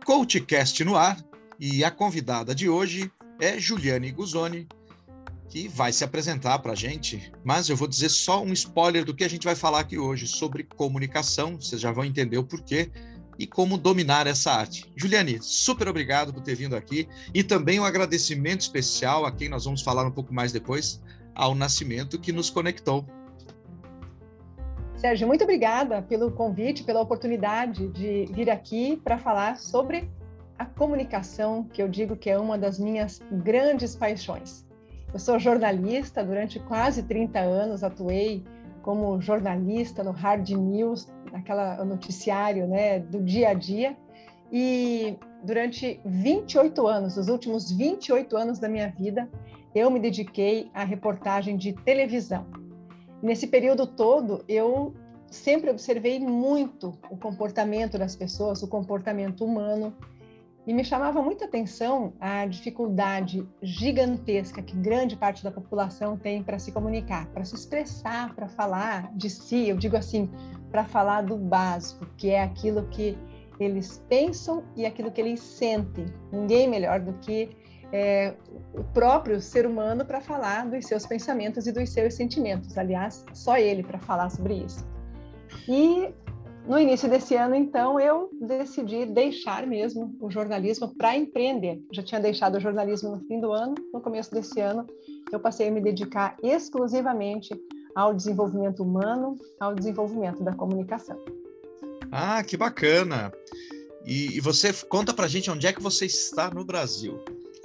CoachCast no ar, e a convidada de hoje é Juliane Guzoni, que vai se apresentar para a gente, mas eu vou dizer só um spoiler do que a gente vai falar aqui hoje, sobre comunicação, vocês já vão entender o porquê, e como dominar essa arte. Juliane, super obrigado por ter vindo aqui, e também um agradecimento especial a quem nós vamos falar um pouco mais depois, ao Nascimento, que nos conectou. Sérgio, muito obrigada pelo convite, pela oportunidade de vir aqui para falar sobre a comunicação, que eu digo que é uma das minhas grandes paixões. Eu sou jornalista, durante quase 30 anos atuei como jornalista no Hard News, naquela noticiário, né, do dia a dia, e durante 28 anos, os últimos 28 anos da minha vida, eu me dediquei à reportagem de televisão. Nesse período todo, eu sempre observei muito o comportamento das pessoas, o comportamento humano, e me chamava muita atenção a dificuldade gigantesca que grande parte da população tem para se comunicar, para se expressar, para falar de si, eu digo assim, para falar do básico, que é aquilo que eles pensam e aquilo que eles sentem. Ninguém melhor do que o próprio ser humano para falar dos seus pensamentos e dos seus sentimentos. Aliás, só ele para falar sobre isso. E no início desse ano, então, eu decidi deixar mesmo o jornalismo para empreender. Já tinha deixado o jornalismo no fim do ano, no começo desse ano, eu passei a me dedicar exclusivamente ao desenvolvimento humano, ao desenvolvimento da comunicação. Ah, que bacana! E você conta para a gente onde é que você está no Brasil.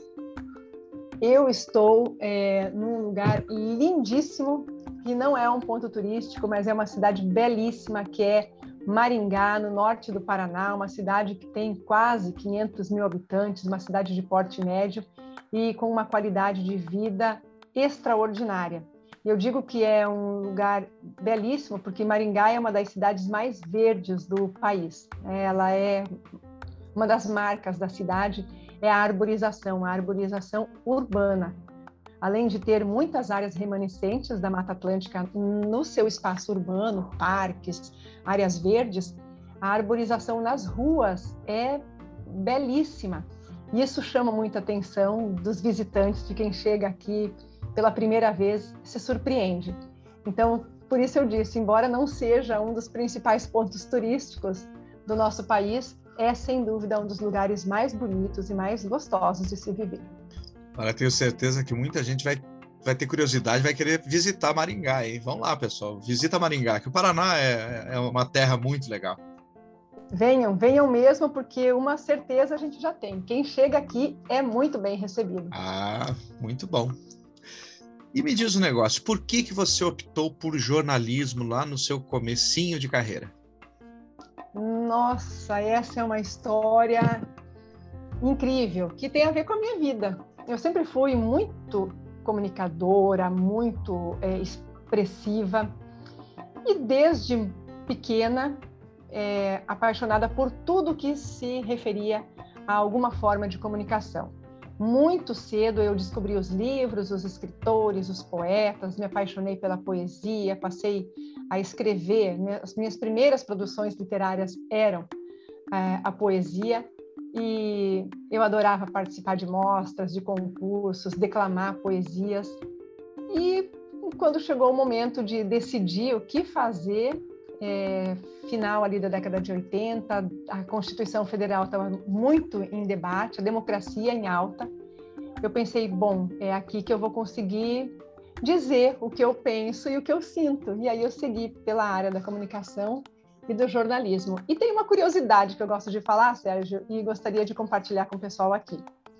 Eu estou num lugar lindíssimo, que não é um ponto turístico, mas é uma cidade belíssima, que é Maringá, no norte do Paraná, uma cidade que tem quase 500 mil habitantes, uma cidade de porte médio e com uma qualidade de vida extraordinária. Eu digo que é um lugar belíssimo, porque Maringá é uma das cidades mais verdes do país. Ela é uma das marcas da cidade, é a arborização urbana. Além de ter muitas áreas remanescentes da Mata Atlântica no seu espaço urbano, parques, áreas verdes, a arborização nas ruas é belíssima. Isso chama muita atenção dos visitantes, de quem chega aqui pela primeira vez, se surpreende. Então, por isso eu disse, embora não seja um dos principais pontos turísticos do nosso país, é sem dúvida um dos lugares mais bonitos e mais gostosos de se viver. Olha, tenho certeza que muita gente vai ter curiosidade, vai querer visitar Maringá, hein? Vamos lá, pessoal, visita Maringá, que o Paraná é uma terra muito legal. Venham mesmo, porque uma certeza a gente já tem. Quem chega aqui é muito bem recebido. Ah, muito bom. E me diz um negócio, por que você optou por jornalismo lá no seu comecinho de carreira? Nossa, essa é uma história incrível, que tem a ver com a minha vida. Eu sempre fui muito comunicadora, muito expressiva, e desde pequena apaixonada por tudo que se referia a alguma forma de comunicação. Muito cedo eu descobri os livros, os escritores, os poetas, me apaixonei pela poesia, passei a escrever. As minhas primeiras produções literárias eram a poesia, e eu adorava participar de mostras, de concursos, declamar poesias. E quando chegou o momento de decidir o que fazer, final ali da década de 80, a Constituição Federal estava muito em debate, a democracia em alta. Eu pensei, bom, é aqui que eu vou conseguir dizer o que eu penso e o que eu sinto. E aí eu segui pela área da comunicação e do jornalismo. E tem uma curiosidade que eu gosto de falar, Sérgio, e gostaria de compartilhar com o pessoal aqui.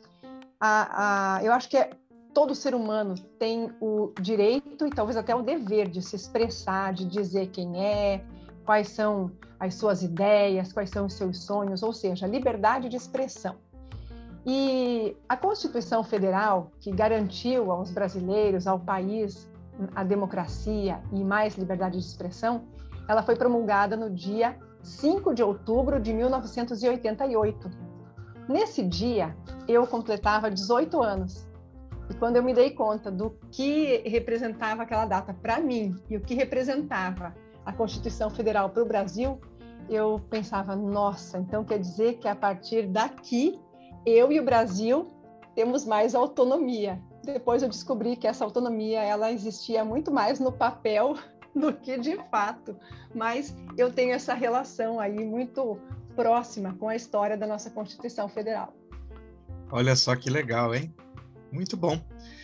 Eu acho que todo ser humano tem o direito e talvez até o dever de se expressar, de dizer quem é, quais são as suas ideias, quais são os seus sonhos, ou seja, liberdade de expressão. E a Constituição Federal, que garantiu aos brasileiros, ao país, a democracia e mais liberdade de expressão, ela foi promulgada no dia 5 de outubro de 1988. Nesse dia, eu completava 18 anos. E quando eu me dei conta do que representava aquela data para mim e o que representava a Constituição Federal para o Brasil, eu pensava, nossa, então quer dizer que a partir daqui, eu e o Brasil temos mais autonomia. Depois eu descobri que essa autonomia, ela existia muito mais no papel do que de fato, mas eu tenho essa relação aí muito próxima com a história da nossa Constituição Federal. Olha só que legal, hein? Muito bom.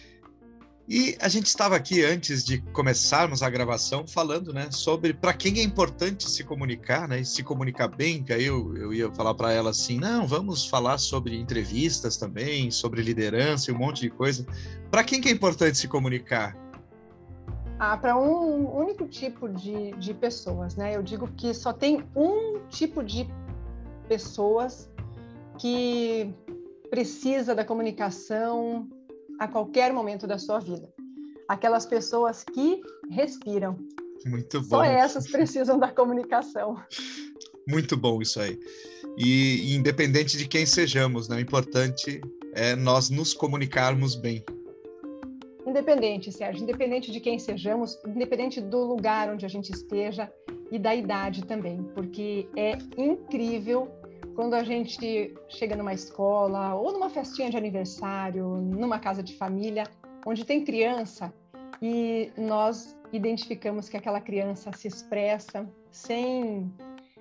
E a gente estava aqui, antes de começarmos a gravação, falando, né, sobre para quem é importante se comunicar, né, e se comunicar bem, que aí eu ia falar para ela assim, não, vamos falar sobre entrevistas também, sobre liderança e um monte de coisa. Para quem que é importante se comunicar? Para um único tipo de pessoas, né? Eu digo que só tem um tipo de pessoas que precisa da comunicação a qualquer momento da sua vida. Aquelas pessoas que respiram. Muito bom. Só essas precisam da comunicação. Muito bom isso aí. E independente de quem sejamos, né? O importante é nós nos comunicarmos bem. Independente, Sérgio, independente de quem sejamos, independente do lugar onde a gente esteja e da idade também, porque é incrível quando a gente chega numa escola ou numa festinha de aniversário, numa casa de família, onde tem criança e nós identificamos que aquela criança se expressa sem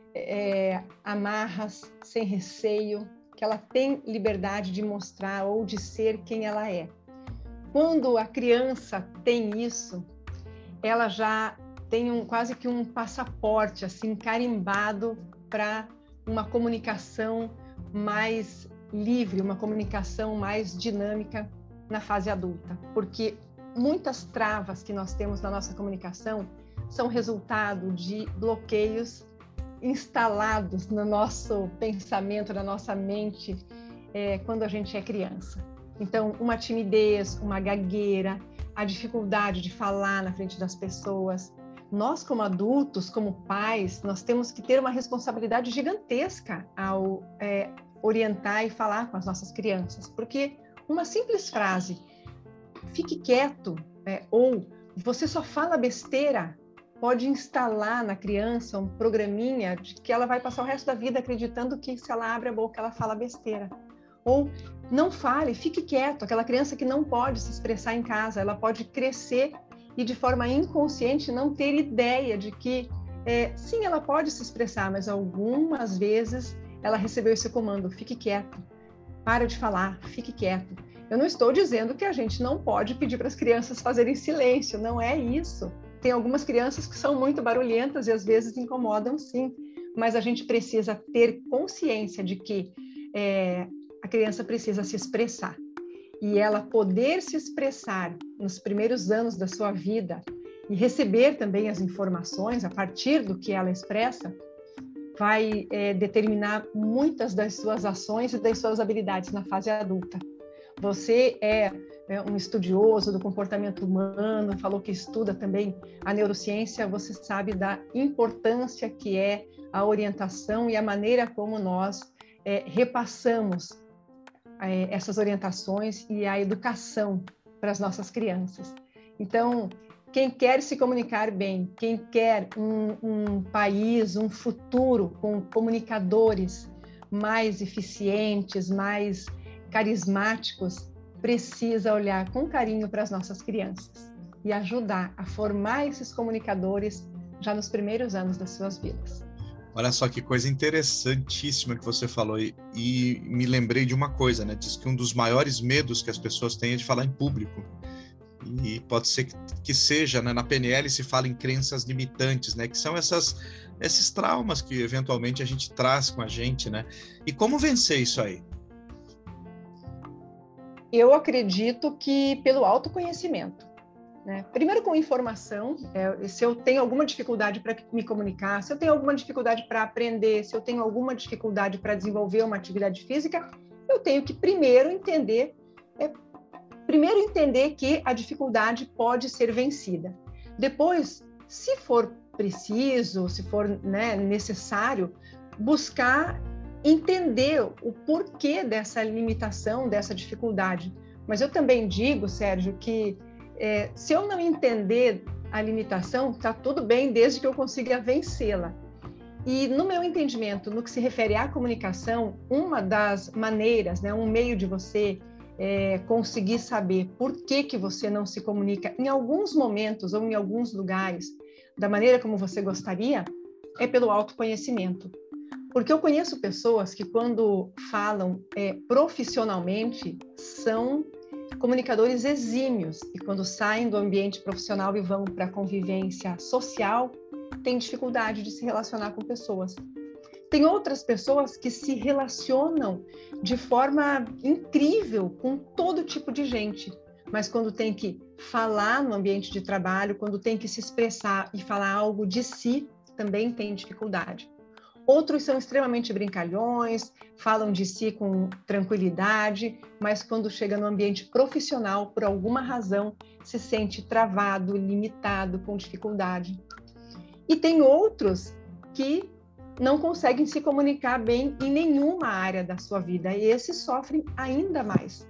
amarras, sem receio, que ela tem liberdade de mostrar ou de ser quem ela é. Quando a criança tem isso, ela já tem quase que um passaporte assim carimbado para uma comunicação mais livre, uma comunicação mais dinâmica na fase adulta, porque muitas travas que nós temos na nossa comunicação são resultado de bloqueios instalados no nosso pensamento, na nossa mente, quando a gente é criança. Então, uma timidez, uma gagueira, a dificuldade de falar na frente das pessoas. Nós, como adultos, como pais, nós temos que ter uma responsabilidade gigantesca ao orientar e falar com as nossas crianças, porque uma simples frase, fique quieto, ou você só fala besteira, pode instalar na criança um programinha de que ela vai passar o resto da vida acreditando que se ela abre a boca, ela fala besteira. Ou não fale, fique quieto. Aquela criança que não pode se expressar em casa, ela pode crescer e de forma inconsciente não ter ideia de que, sim, ela pode se expressar, mas algumas vezes ela recebeu esse comando, fique quieto, para de falar, fique quieto. Eu não estou dizendo que a gente não pode pedir para as crianças fazerem silêncio, não é isso. Tem algumas crianças que são muito barulhentas e às vezes incomodam, sim, mas a gente precisa ter consciência de que a criança precisa se expressar. E ela poder se expressar nos primeiros anos da sua vida e receber também as informações a partir do que ela expressa, vai determinar muitas das suas ações e das suas habilidades na fase adulta. Você é um estudioso do comportamento humano, falou que estuda também a neurociência, você sabe da importância que é a orientação e a maneira como nós repassamos essas orientações e a educação para as nossas crianças. Então, quem quer se comunicar bem, quem quer um país, um futuro com comunicadores mais eficientes, mais carismáticos, precisa olhar com carinho para as nossas crianças e ajudar a formar esses comunicadores já nos primeiros anos das suas vidas. Olha só que coisa interessantíssima que você falou e me lembrei de uma coisa, né? Diz que um dos maiores medos que as pessoas têm é de falar em público. E pode ser que seja, né? Na PNL se fala em crenças limitantes, né? Que são esses traumas que eventualmente a gente traz com a gente, né? E como vencer isso aí? Eu acredito que pelo autoconhecimento. Primeiro com informação, se eu tenho alguma dificuldade para me comunicar, se eu tenho alguma dificuldade para aprender, se eu tenho alguma dificuldade para desenvolver uma atividade física, eu tenho que primeiro entender que a dificuldade pode ser vencida. Depois, se for preciso, se for necessário, buscar entender o porquê dessa limitação, dessa dificuldade. Mas eu também digo, Sérgio, que se eu não entender a limitação, está tudo bem, desde que eu consiga vencê-la. E no meu entendimento, no que se refere à comunicação, uma das maneiras, né, um meio de você conseguir saber por que você não se comunica em alguns momentos ou em alguns lugares da maneira como você gostaria, é pelo autoconhecimento. Porque eu conheço pessoas que, quando falam profissionalmente, são comunicadores exímios, e quando saem do ambiente profissional e vão para a convivência social, têm dificuldade de se relacionar com pessoas. Tem outras pessoas que se relacionam de forma incrível com todo tipo de gente, mas quando tem que falar no ambiente de trabalho, quando tem que se expressar e falar algo de si, também tem dificuldade. Outros são extremamente brincalhões, falam de si com tranquilidade, mas quando chega no ambiente profissional, por alguma razão, se sente travado, limitado, com dificuldade. E tem outros que não conseguem se comunicar bem em nenhuma área da sua vida, e esses sofrem ainda mais.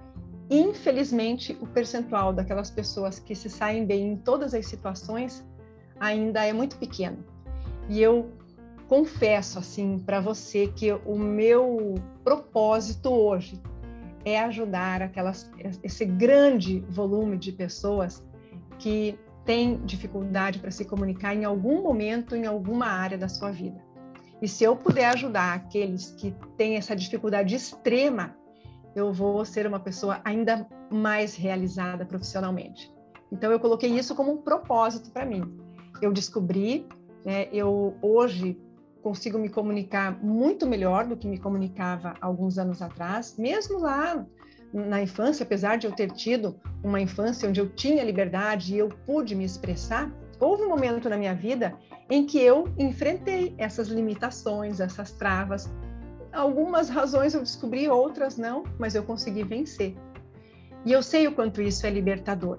Infelizmente, o percentual daquelas pessoas que se saem bem em todas as situações ainda é muito pequeno. E eu confesso assim para você que o meu propósito hoje é ajudar esse grande volume de pessoas que tem dificuldade para se comunicar em algum momento, em alguma área da sua vida. E se eu puder ajudar aqueles que têm essa dificuldade extrema, eu vou ser uma pessoa ainda mais realizada profissionalmente. Então, eu coloquei isso como um propósito para mim. Eu descobri, eu hoje consigo me comunicar muito melhor do que me comunicava há alguns anos atrás, mesmo lá na infância, apesar de eu ter tido uma infância onde eu tinha liberdade e eu pude me expressar, houve um momento na minha vida em que eu enfrentei essas limitações, essas travas. Algumas razões eu descobri, outras não, mas eu consegui vencer. E eu sei o quanto isso é libertador.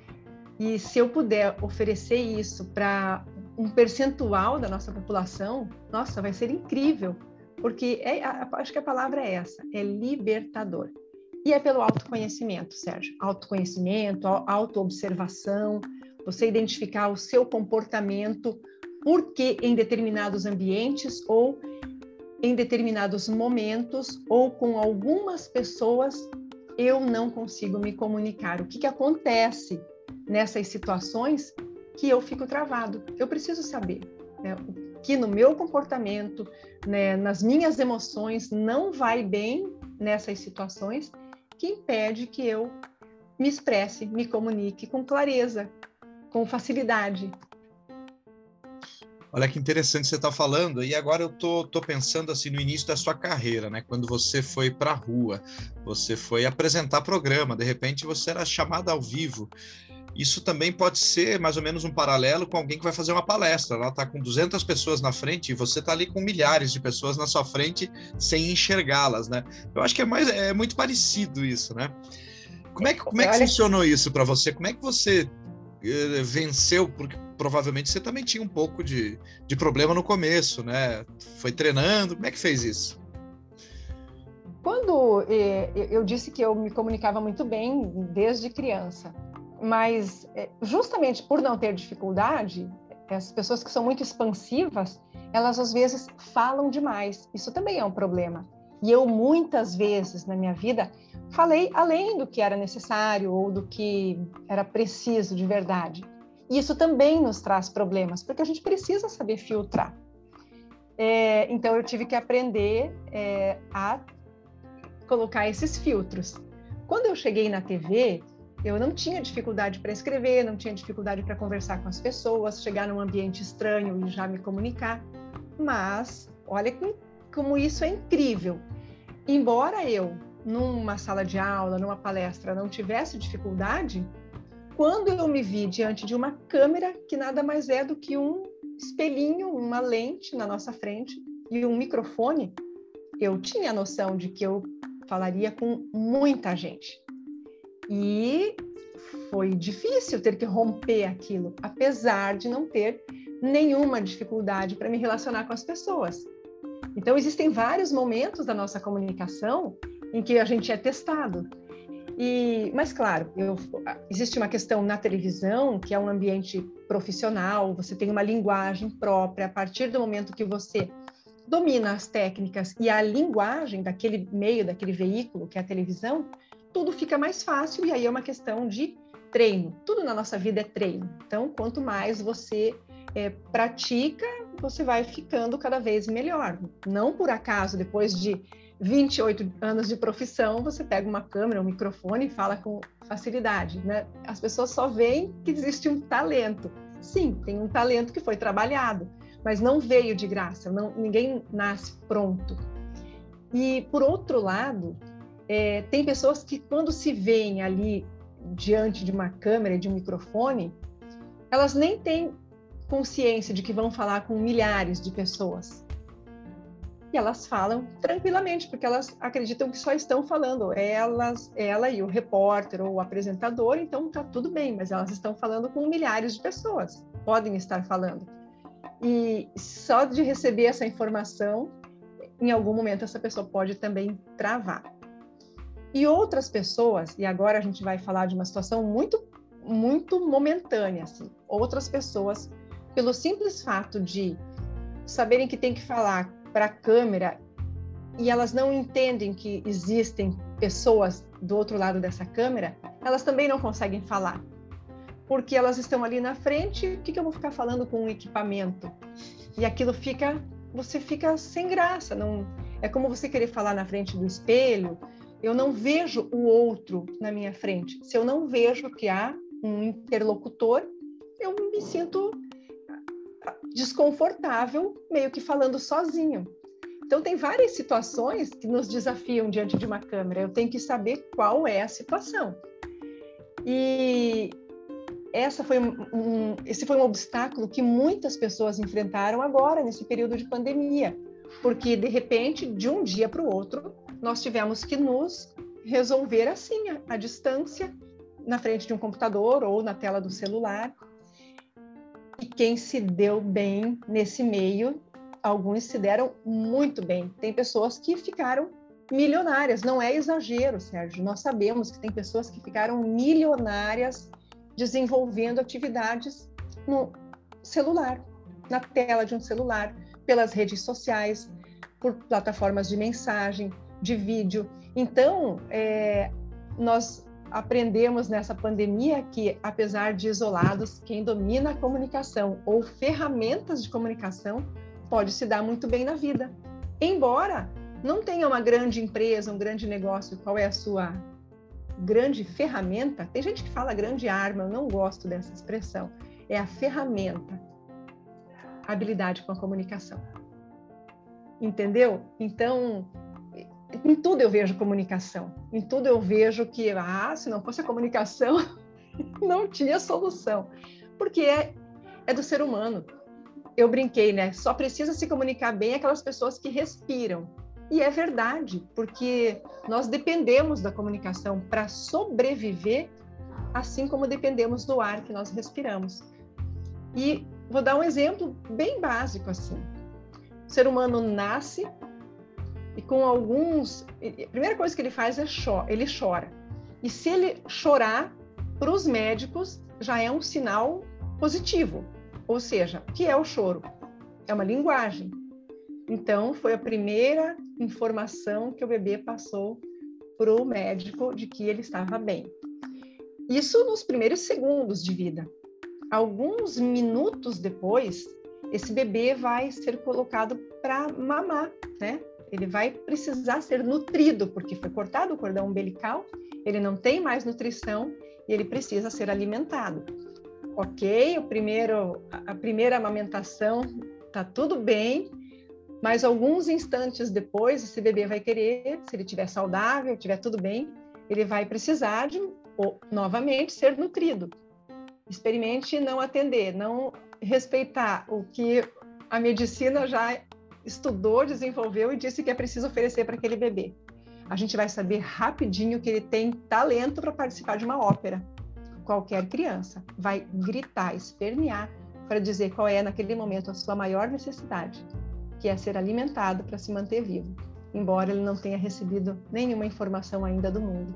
E se eu puder oferecer isso para um percentual da nossa população, nossa, vai ser incrível, porque acho que a palavra é essa, é libertador. E é pelo autoconhecimento, Sérgio. Autoconhecimento, autoobservação, você identificar o seu comportamento, porque em determinados ambientes ou em determinados momentos ou com algumas pessoas eu não consigo me comunicar. O que acontece nessas situações que eu fico travado? Eu preciso saber, né, o que no meu comportamento, né, nas minhas emoções não vai bem nessas situações que impede que eu me expresse, me comunique com clareza, com facilidade. Olha que interessante você está falando, e agora eu tô pensando assim no início da sua carreira, né? Quando você foi para a rua, você foi apresentar programa, de repente você era chamada ao vivo. Isso também pode ser mais ou menos um paralelo com alguém que vai fazer uma palestra. Ela está com 200 pessoas na frente e você está ali com milhares de pessoas na sua frente sem enxergá-las, né? Eu acho que é muito parecido isso, né? Como é que funcionou isso para você? Como é que você venceu? Porque provavelmente você também tinha um pouco de problema no começo, né? Foi treinando, como é que fez isso? Quando eu disse que eu me comunicava muito bem desde criança, mas justamente por não ter dificuldade, as pessoas que são muito expansivas, elas às vezes falam demais. Isso também é um problema. E eu muitas vezes na minha vida falei além do que era necessário ou do que era preciso de verdade. E isso também nos traz problemas, porque a gente precisa saber filtrar. Então eu tive que aprender a colocar esses filtros. Quando eu cheguei na TV, eu não tinha dificuldade para escrever, não tinha dificuldade para conversar com as pessoas, chegar num ambiente estranho e já me comunicar. Mas olha como isso é incrível. Embora eu, numa sala de aula, numa palestra, não tivesse dificuldade, quando eu me vi diante de uma câmera, que nada mais é do que um espelhinho, uma lente na nossa frente e um microfone, eu tinha a noção de que eu falaria com muita gente. E foi difícil ter que romper aquilo, apesar de não ter nenhuma dificuldade para me relacionar com as pessoas. Então, existem vários momentos da nossa comunicação em que a gente é testado. Mas claro, existe uma questão na televisão, que é um ambiente profissional, você tem uma linguagem própria, a partir do momento que você domina as técnicas e a linguagem daquele meio, daquele veículo, que é a televisão, tudo fica mais fácil, e aí é uma questão de treino. Tudo na nossa vida é treino. Então, quanto mais você pratica, você vai ficando cada vez melhor. Não por acaso, depois de 28 anos de profissão, você pega uma câmera, um microfone e fala com facilidade, né? As pessoas só veem que existe um talento. Sim, tem um talento que foi trabalhado, mas não veio de graça, ninguém nasce pronto. E, por outro lado, tem pessoas que, quando se veem ali diante de uma câmera, de um microfone, elas nem têm consciência de que vão falar com milhares de pessoas. E elas falam tranquilamente, porque elas acreditam que só estão falando ela e o repórter ou o apresentador, então está tudo bem, mas elas estão falando com milhares de pessoas, podem estar falando. E só de receber essa informação, em algum momento essa pessoa pode também travar. E outras pessoas, e agora a gente vai falar de uma situação muito, muito momentânea, assim, outras pessoas, pelo simples fato de saberem que tem que falar para a câmera e elas não entendem que existem pessoas do outro lado dessa câmera, elas também não conseguem falar. Porque elas estão ali na frente, o que eu vou ficar falando com um equipamento? E aquilo você fica sem graça. Não, é como você querer falar na frente do espelho. Eu não vejo o outro na minha frente. Se eu não vejo que há um interlocutor, eu me sinto desconfortável, meio que falando sozinho. Então, tem várias situações que nos desafiam diante de uma câmera. Eu tenho que saber qual é a situação. E esse foi um obstáculo que muitas pessoas enfrentaram agora, nesse período de pandemia, porque, de repente, de um dia para o outro, nós tivemos que nos resolver assim, à distância, na frente de um computador ou na tela do celular. E quem se deu bem nesse meio, alguns se deram muito bem. Tem pessoas que ficaram milionárias, não é exagero, Sérgio. Nós sabemos que tem pessoas que ficaram milionárias desenvolvendo atividades no celular, na tela de um celular, pelas redes sociais, por plataformas de mensagem, de vídeo. Então, nós aprendemos nessa pandemia que, apesar de isolados, quem domina a comunicação ou ferramentas de comunicação pode se dar muito bem na vida. Embora não tenha uma grande empresa, um grande negócio, qual é a sua grande ferramenta? Tem gente que fala grande arma, eu não gosto dessa expressão. É a ferramenta, a habilidade com a comunicação. Entendeu? Então, em tudo eu vejo comunicação. Em tudo eu vejo que, se não fosse a comunicação, não tinha solução. Porque é do ser humano. Eu brinquei, né? Só precisa se comunicar bem aquelas pessoas que respiram. E é verdade, porque nós dependemos da comunicação para sobreviver, assim como dependemos do ar que nós respiramos. E vou dar um exemplo bem básico, assim. O ser humano nasce e com alguns... A primeira coisa que ele faz é ele chora. E se ele chorar, para os médicos, já é um sinal positivo. Ou seja, o que é o choro? É uma linguagem. Então, foi a primeira informação que o bebê passou para o médico de que ele estava bem. Isso nos primeiros segundos de vida. Alguns minutos depois, esse bebê vai ser colocado para mamar, né? Ele vai precisar ser nutrido, porque foi cortado o cordão umbilical, ele não tem mais nutrição e ele precisa ser alimentado. Ok, a primeira amamentação está tudo bem, mas alguns instantes depois, esse bebê vai querer, se ele estiver saudável, estiver tudo bem, ele vai precisar de, novamente, ser nutrido. Experimente não atender, não respeitar o que a medicina já estudou, desenvolveu e disse que é preciso oferecer para aquele bebê. A gente vai saber rapidinho que ele tem talento para participar de uma ópera. Qualquer criança vai gritar, espernear, para dizer qual é, naquele momento, a sua maior necessidade, que é ser alimentado para se manter vivo, embora ele não tenha recebido nenhuma informação ainda do mundo.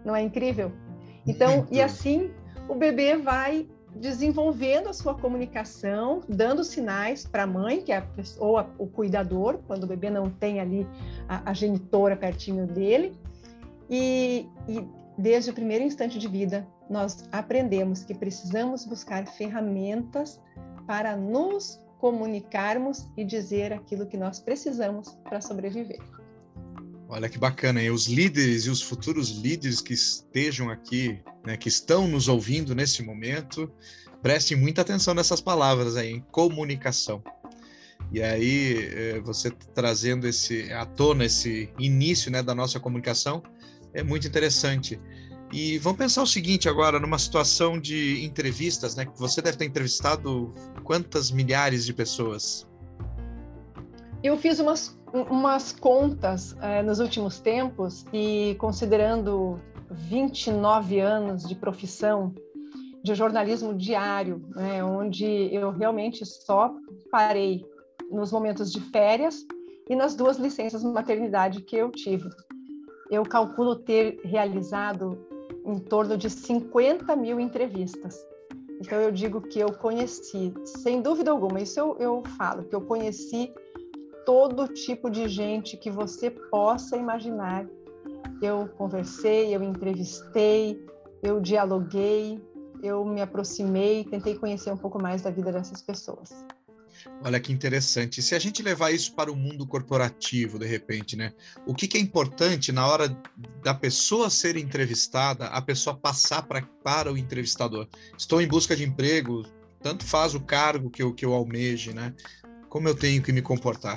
Não é incrível? Então, Muito. e assim o bebê vai desenvolvendo a sua comunicação, dando sinais para a mãe, que é o cuidador, quando o bebê não tem ali a genitora pertinho dele. E desde o primeiro instante de vida, nós aprendemos que precisamos buscar ferramentas para nos comunicarmos e dizer aquilo que nós precisamos para sobreviver. Olha que bacana, hein? Os líderes e os futuros líderes que estejam aqui, né, que estão nos ouvindo nesse momento, prestem muita atenção nessas palavras aí, em comunicação. E aí, você trazendo à tona esse início, né, da nossa comunicação, é muito interessante. E vamos pensar o seguinte agora, numa situação de entrevistas, né, que você deve ter entrevistado quantas milhares de pessoas? Eu fiz umas contas nos últimos tempos e, considerando 29 anos de profissão de jornalismo diário, né, onde eu realmente só parei nos momentos de férias e nas 2 licenças de maternidade que eu tive. Eu calculo ter realizado em torno de 50 mil entrevistas. Então, eu digo que eu conheci, sem dúvida alguma, isso eu falo, que eu conheci todo tipo de gente que você possa imaginar. Eu conversei, eu entrevistei, eu dialoguei, eu me aproximei, tentei conhecer um pouco mais da vida dessas pessoas. Olha que interessante. E se a gente levar isso para o mundo corporativo, de repente, né? O que é importante na hora da pessoa ser entrevistada, a pessoa passar para o entrevistador? Estou em busca de emprego, tanto faz o cargo que eu almeje, né? Como eu tenho que me comportar?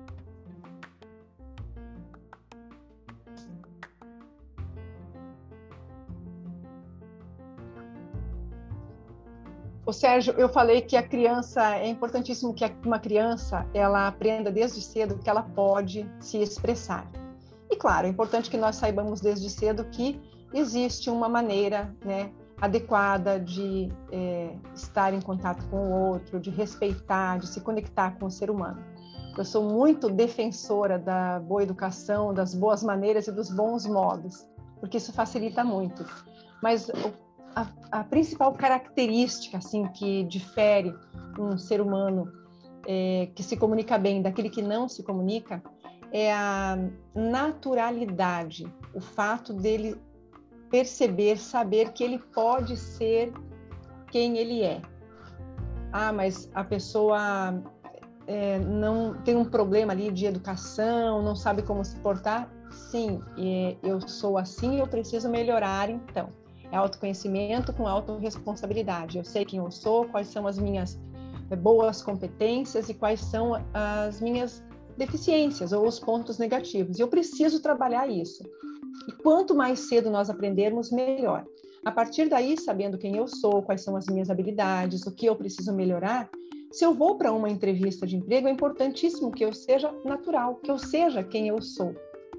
Ô, Sérgio, eu falei que a criança, é importantíssimo que uma criança ela aprenda desde cedo que ela pode se expressar. E claro, é importante que nós saibamos desde cedo que existe uma maneira, né, adequada de estar em contato com o outro, de respeitar, de se conectar com o ser humano. Eu sou muito defensora da boa educação, das boas maneiras e dos bons modos, porque isso facilita muito. Mas a principal característica assim que difere um ser humano que se comunica bem daquele que não se comunica é a naturalidade, o fato dele perceber, saber que ele pode ser quem ele é. Ah, mas a pessoa não tem um problema ali de educação, não sabe como se portar? Sim, eu sou assim e eu preciso melhorar então. É autoconhecimento com autorresponsabilidade. Eu sei quem eu sou, quais são as minhas boas competências e quais são as minhas deficiências ou os pontos negativos. Eu preciso trabalhar isso. E quanto mais cedo nós aprendermos, melhor. A partir daí, sabendo quem eu sou, quais são as minhas habilidades, o que eu preciso melhorar, se eu vou para uma entrevista de emprego, é importantíssimo que eu seja natural, que eu seja quem eu sou.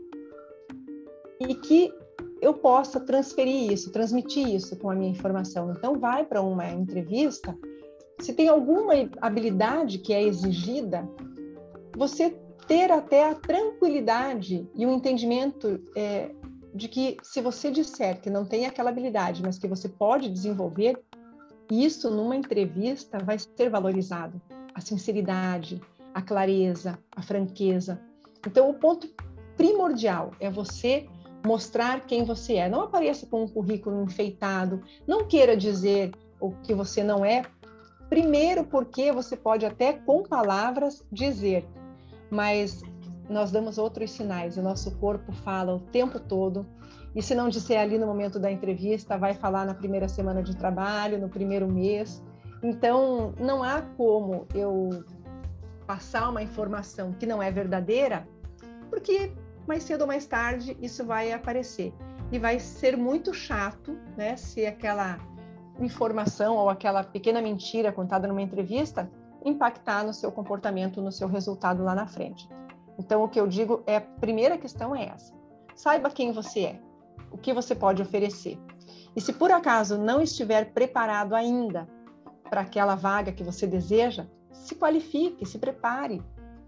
E que eu possa transferir isso, transmitir isso com a minha informação. Então, vai para uma entrevista, se tem alguma habilidade que é exigida, você ter até a tranquilidade e o entendimento de que se você disser que não tem aquela habilidade, mas que você pode desenvolver, isso numa entrevista vai ser valorizado. A sinceridade, a clareza, a franqueza. Então, o ponto primordial é você mostrar quem você é. Não apareça com um currículo enfeitado, não queira dizer o que você não é, primeiro porque você pode até com palavras dizer, mas nós damos outros sinais, o nosso corpo fala o tempo todo, e se não disser ali no momento da entrevista, vai falar na primeira semana de trabalho, no primeiro mês. Então, não há como eu passar uma informação que não é verdadeira, porque mais cedo ou mais tarde isso vai aparecer. E vai ser muito chato, né, se aquela informação ou aquela pequena mentira contada numa entrevista impactar no seu comportamento, no seu resultado lá na frente. Então, o que eu digo é, a primeira questão é essa. Saiba quem você é, o que você pode oferecer. E se por acaso não estiver preparado ainda para aquela vaga que você deseja, se qualifique, se prepare.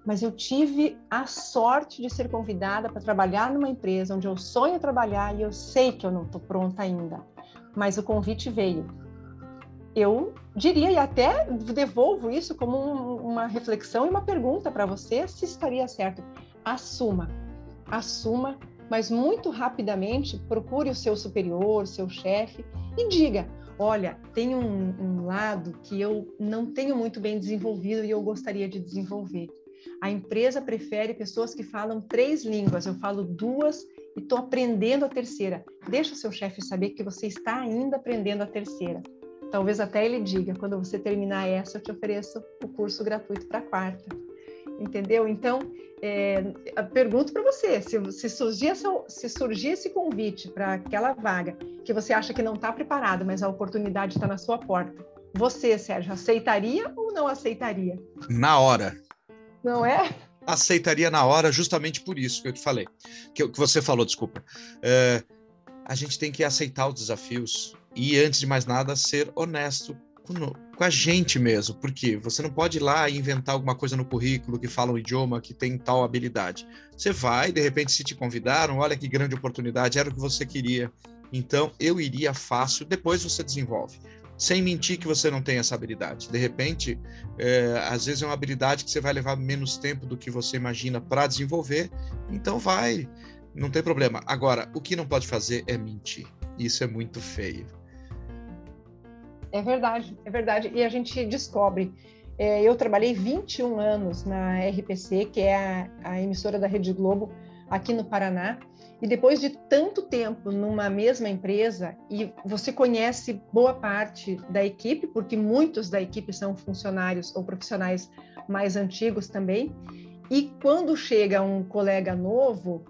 mas eu tive a sorte de ser convidada para trabalhar numa empresa onde eu sonho trabalhar e eu sei que eu não estou pronta ainda, mas o convite veio. Eu diria, e até devolvo isso como uma reflexão e uma pergunta para você, se estaria certo. Assuma, mas muito rapidamente procure o seu superior, seu chefe, e diga, olha, tem um lado que eu não tenho muito bem desenvolvido e eu gostaria de desenvolver. A empresa prefere pessoas que falam 3 línguas, eu falo 2 e estou aprendendo a terceira. Deixa o seu chefe saber que você está ainda aprendendo a terceira. Talvez até ele diga, quando você terminar essa, eu te ofereço o curso gratuito para a 4ª. Entendeu? Então, pergunto para você, se surgir esse convite para aquela vaga, que você acha que não está preparado, mas a oportunidade está na sua porta, você, Sérgio, aceitaria ou não aceitaria? Na hora. Não é? Aceitaria na hora, justamente por isso que eu te falei. Que você falou, desculpa. A gente tem que aceitar os desafios e, antes de mais nada, ser honesto com a gente mesmo, porque você não pode ir lá e inventar alguma coisa no currículo que fala um idioma que tem tal habilidade. Você vai, de repente, se te convidaram, olha que grande oportunidade, era o que você queria. Então, eu iria fácil, depois você desenvolve. Sem mentir que você não tem essa habilidade. De repente, às vezes é uma habilidade que você vai levar menos tempo do que você imagina para desenvolver, então vai, não tem problema. Agora, o que não pode fazer é mentir. Isso é muito feio. É verdade. E a gente descobre. Eu trabalhei 21 anos na RPC, que é a emissora da Rede Globo, aqui no Paraná, e depois de tanto tempo numa mesma empresa, e você conhece boa parte da equipe, porque muitos da equipe são funcionários ou profissionais mais antigos também, e quando chega um colega novo,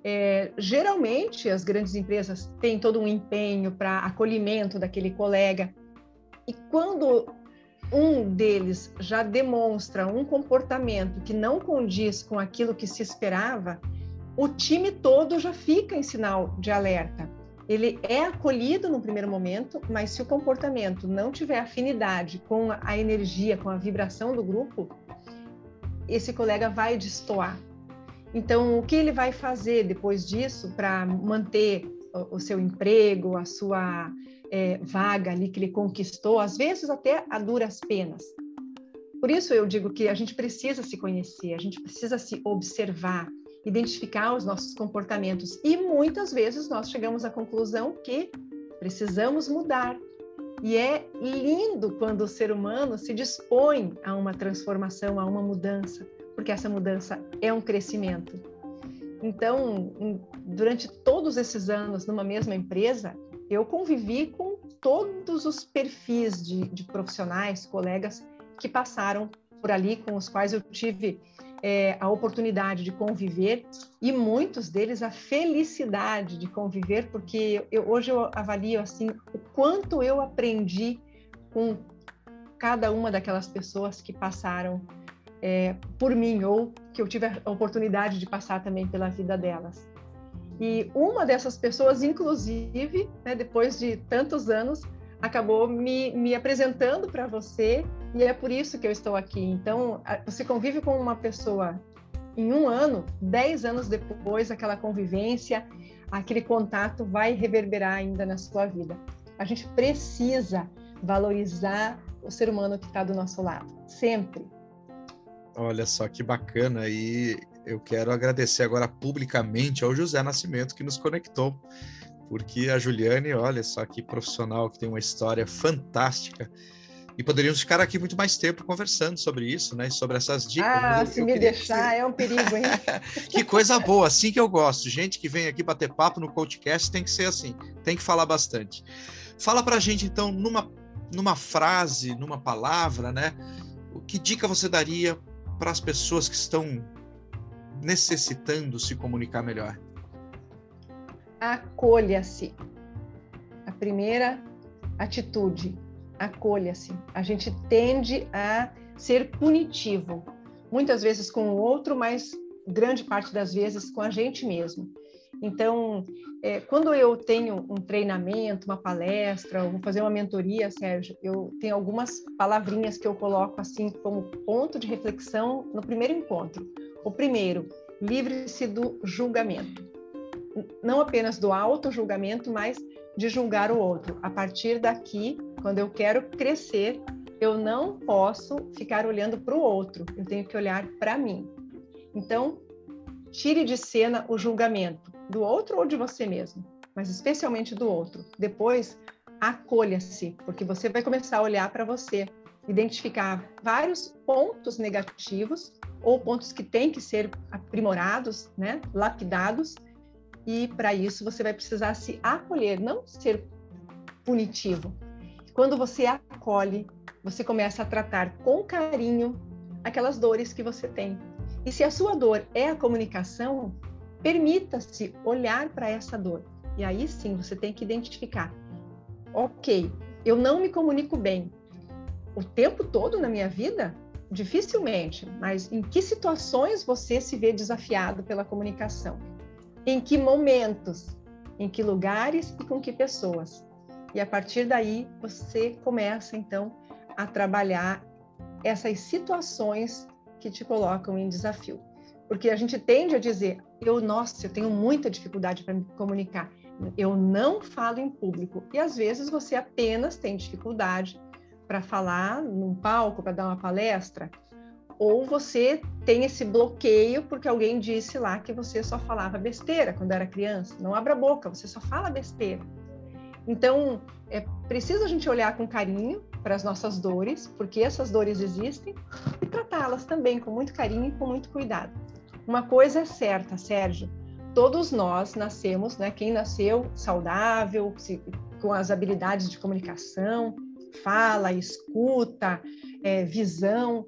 geralmente as grandes empresas têm todo um empenho para acolhimento daquele colega, e quando um deles já demonstra um comportamento que não condiz com aquilo que se esperava, o time todo já fica em sinal de alerta. Ele é acolhido no primeiro momento, mas se o comportamento não tiver afinidade com a energia, com a vibração do grupo, esse colega vai destoar. Então, o que ele vai fazer depois disso para manter o seu emprego, a sua vaga ali que ele conquistou, às vezes até a duras penas. Por isso eu digo que a gente precisa se conhecer, a gente precisa se observar, identificar os nossos comportamentos e muitas vezes nós chegamos à conclusão que precisamos mudar. E é lindo quando o ser humano se dispõe a uma transformação, a uma mudança, porque essa mudança é um crescimento. Então, durante todos esses anos numa mesma empresa, eu convivi com todos os perfis de profissionais, colegas que passaram por ali, com os quais eu tive a oportunidade de conviver, e muitos deles a felicidade de conviver, porque hoje eu avalio assim, o quanto eu aprendi com cada uma daquelas pessoas que passaram por mim, ou que eu tive a oportunidade de passar também pela vida delas. E uma dessas pessoas, inclusive, depois de tantos anos, acabou me apresentando para você, e é por isso que eu estou aqui. Então, você convive com uma pessoa em um ano, 10 anos depois, aquela convivência, aquele contato vai reverberar ainda na sua vida. A gente precisa valorizar o ser humano que está do nosso lado, sempre. Olha só que bacana, e eu quero agradecer agora publicamente ao José Nascimento que nos conectou, porque a Juliane, olha só que profissional, que tem uma história fantástica, e poderíamos ficar aqui muito mais tempo conversando sobre isso, né, sobre essas dicas. Se me deixar, é um perigo, hein? Que coisa boa, assim que eu gosto. Gente que vem aqui bater papo no podcast tem que ser assim, tem que falar bastante. Fala pra gente, então, numa frase, numa palavra, né, que dica você daria para as pessoas que estão necessitando se comunicar melhor? Acolha-se. A primeira atitude, acolha-se. A gente tende a ser punitivo, muitas vezes com o outro, mas grande parte das vezes com a gente mesmo. Então, quando eu tenho um treinamento, uma palestra, ou vou fazer uma mentoria, Sérgio, eu tenho algumas palavrinhas que eu coloco assim como ponto de reflexão no primeiro encontro. O primeiro, livre-se do julgamento. Não apenas do auto-julgamento, mas de julgar o outro. A partir daqui, quando eu quero crescer, eu não posso ficar olhando para o outro, eu tenho que olhar para mim. Então, tire de cena o julgamento do outro ou de você mesmo, mas especialmente do outro. Depois, acolha-se, porque você vai começar a olhar para você, identificar vários pontos negativos ou pontos que têm que ser aprimorados, né, lapidados, e para isso você vai precisar se acolher, não ser punitivo. Quando você acolhe, você começa a tratar com carinho aquelas dores que você tem. E se a sua dor é a comunicação, permita-se olhar para essa dor. E aí sim, você tem que identificar. Ok, eu não me comunico bem o tempo todo na minha vida? Dificilmente, mas em que situações você se vê desafiado pela comunicação? Em que momentos? Em que lugares e com que pessoas? E a partir daí, você começa, então, a trabalhar essas situações que te colocam em desafio. Porque a gente tende a dizer, eu tenho muita dificuldade para me comunicar, eu não falo em público. E às vezes você apenas tem dificuldade para falar num palco, para dar uma palestra, ou você tem esse bloqueio porque alguém disse lá que você só falava besteira quando era criança. Não abra a boca, você só fala besteira. Então, é preciso a gente olhar com carinho para as nossas dores, porque essas dores existem, e tratá-las também com muito carinho e com muito cuidado. Uma coisa é certa, Sérgio, todos nós nascemos, né? Quem nasceu saudável, com as habilidades de comunicação, fala, escuta, visão,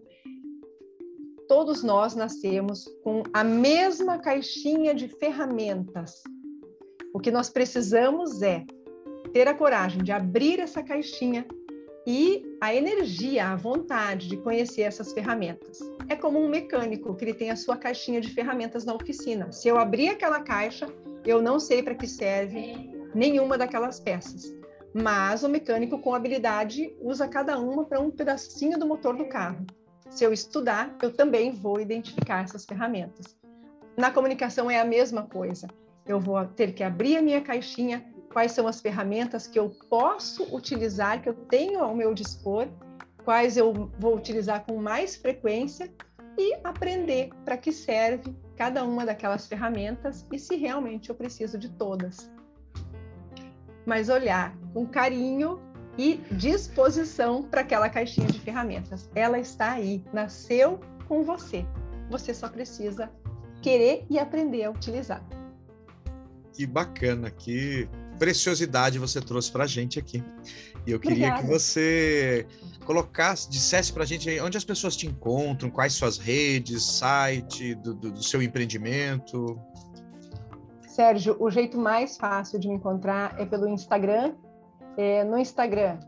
todos nós nascemos com a mesma caixinha de ferramentas. O que nós precisamos é ter a coragem de abrir essa caixinha e a energia, a vontade de conhecer essas ferramentas. É como um mecânico que ele tem a sua caixinha de ferramentas na oficina. Se eu abrir aquela caixa, eu não sei para que serve nenhuma daquelas peças. Mas o mecânico com habilidade usa cada uma para um pedacinho do motor do carro. Se eu estudar, eu também vou identificar essas ferramentas. Na comunicação é a mesma coisa. Eu vou ter que abrir a minha caixinha, quais são as ferramentas que eu posso utilizar, que eu tenho ao meu dispor, quais eu vou utilizar com mais frequência e aprender para que serve cada uma daquelas ferramentas e se realmente eu preciso de todas. Mas olhar com carinho e disposição para aquela caixinha de ferramentas. Ela está aí, nasceu com você. Você só precisa querer e aprender a utilizar. Que bacana, que preciosidade você trouxe para a gente aqui. E eu queria que você dissesse para a gente onde as pessoas te encontram, quais suas redes, site do seu empreendimento. Sérgio, o jeito mais fácil de me encontrar é pelo Instagram. No Instagram,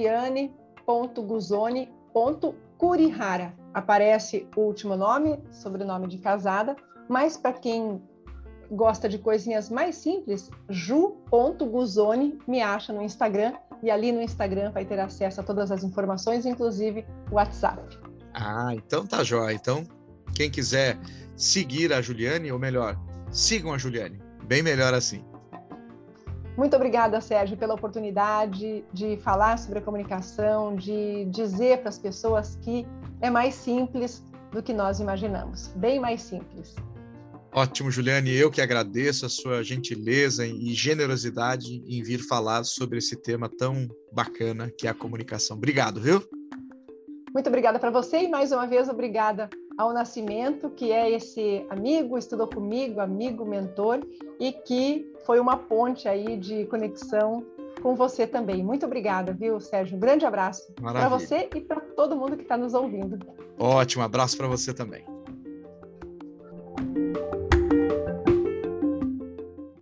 juliane.guzoni.kurihara. Aparece o último nome, sobrenome de casada, mas para quem gosta de coisinhas mais simples, ju.guzoni me acha no Instagram, e ali no Instagram vai ter acesso a todas as informações, inclusive o WhatsApp. Ah, então tá jóia. Então, quem quiser seguir a Juliane, ou melhor, sigam a Juliane. Bem melhor assim. Muito obrigada, Sérgio, pela oportunidade de falar sobre a comunicação, de dizer para as pessoas que é mais simples do que nós imaginamos, bem mais simples. Ótimo, Juliane, eu que agradeço a sua gentileza e generosidade em vir falar sobre esse tema tão bacana que é a comunicação. Obrigado, viu? Muito obrigada para você e mais uma vez obrigada ao Nascimento, que é esse amigo, estudou comigo, amigo, mentor, e que foi uma ponte aí de conexão com você também. Muito obrigada, viu, Sérgio? Um grande abraço para você e para todo mundo que está nos ouvindo. Ótimo, abraço para você também.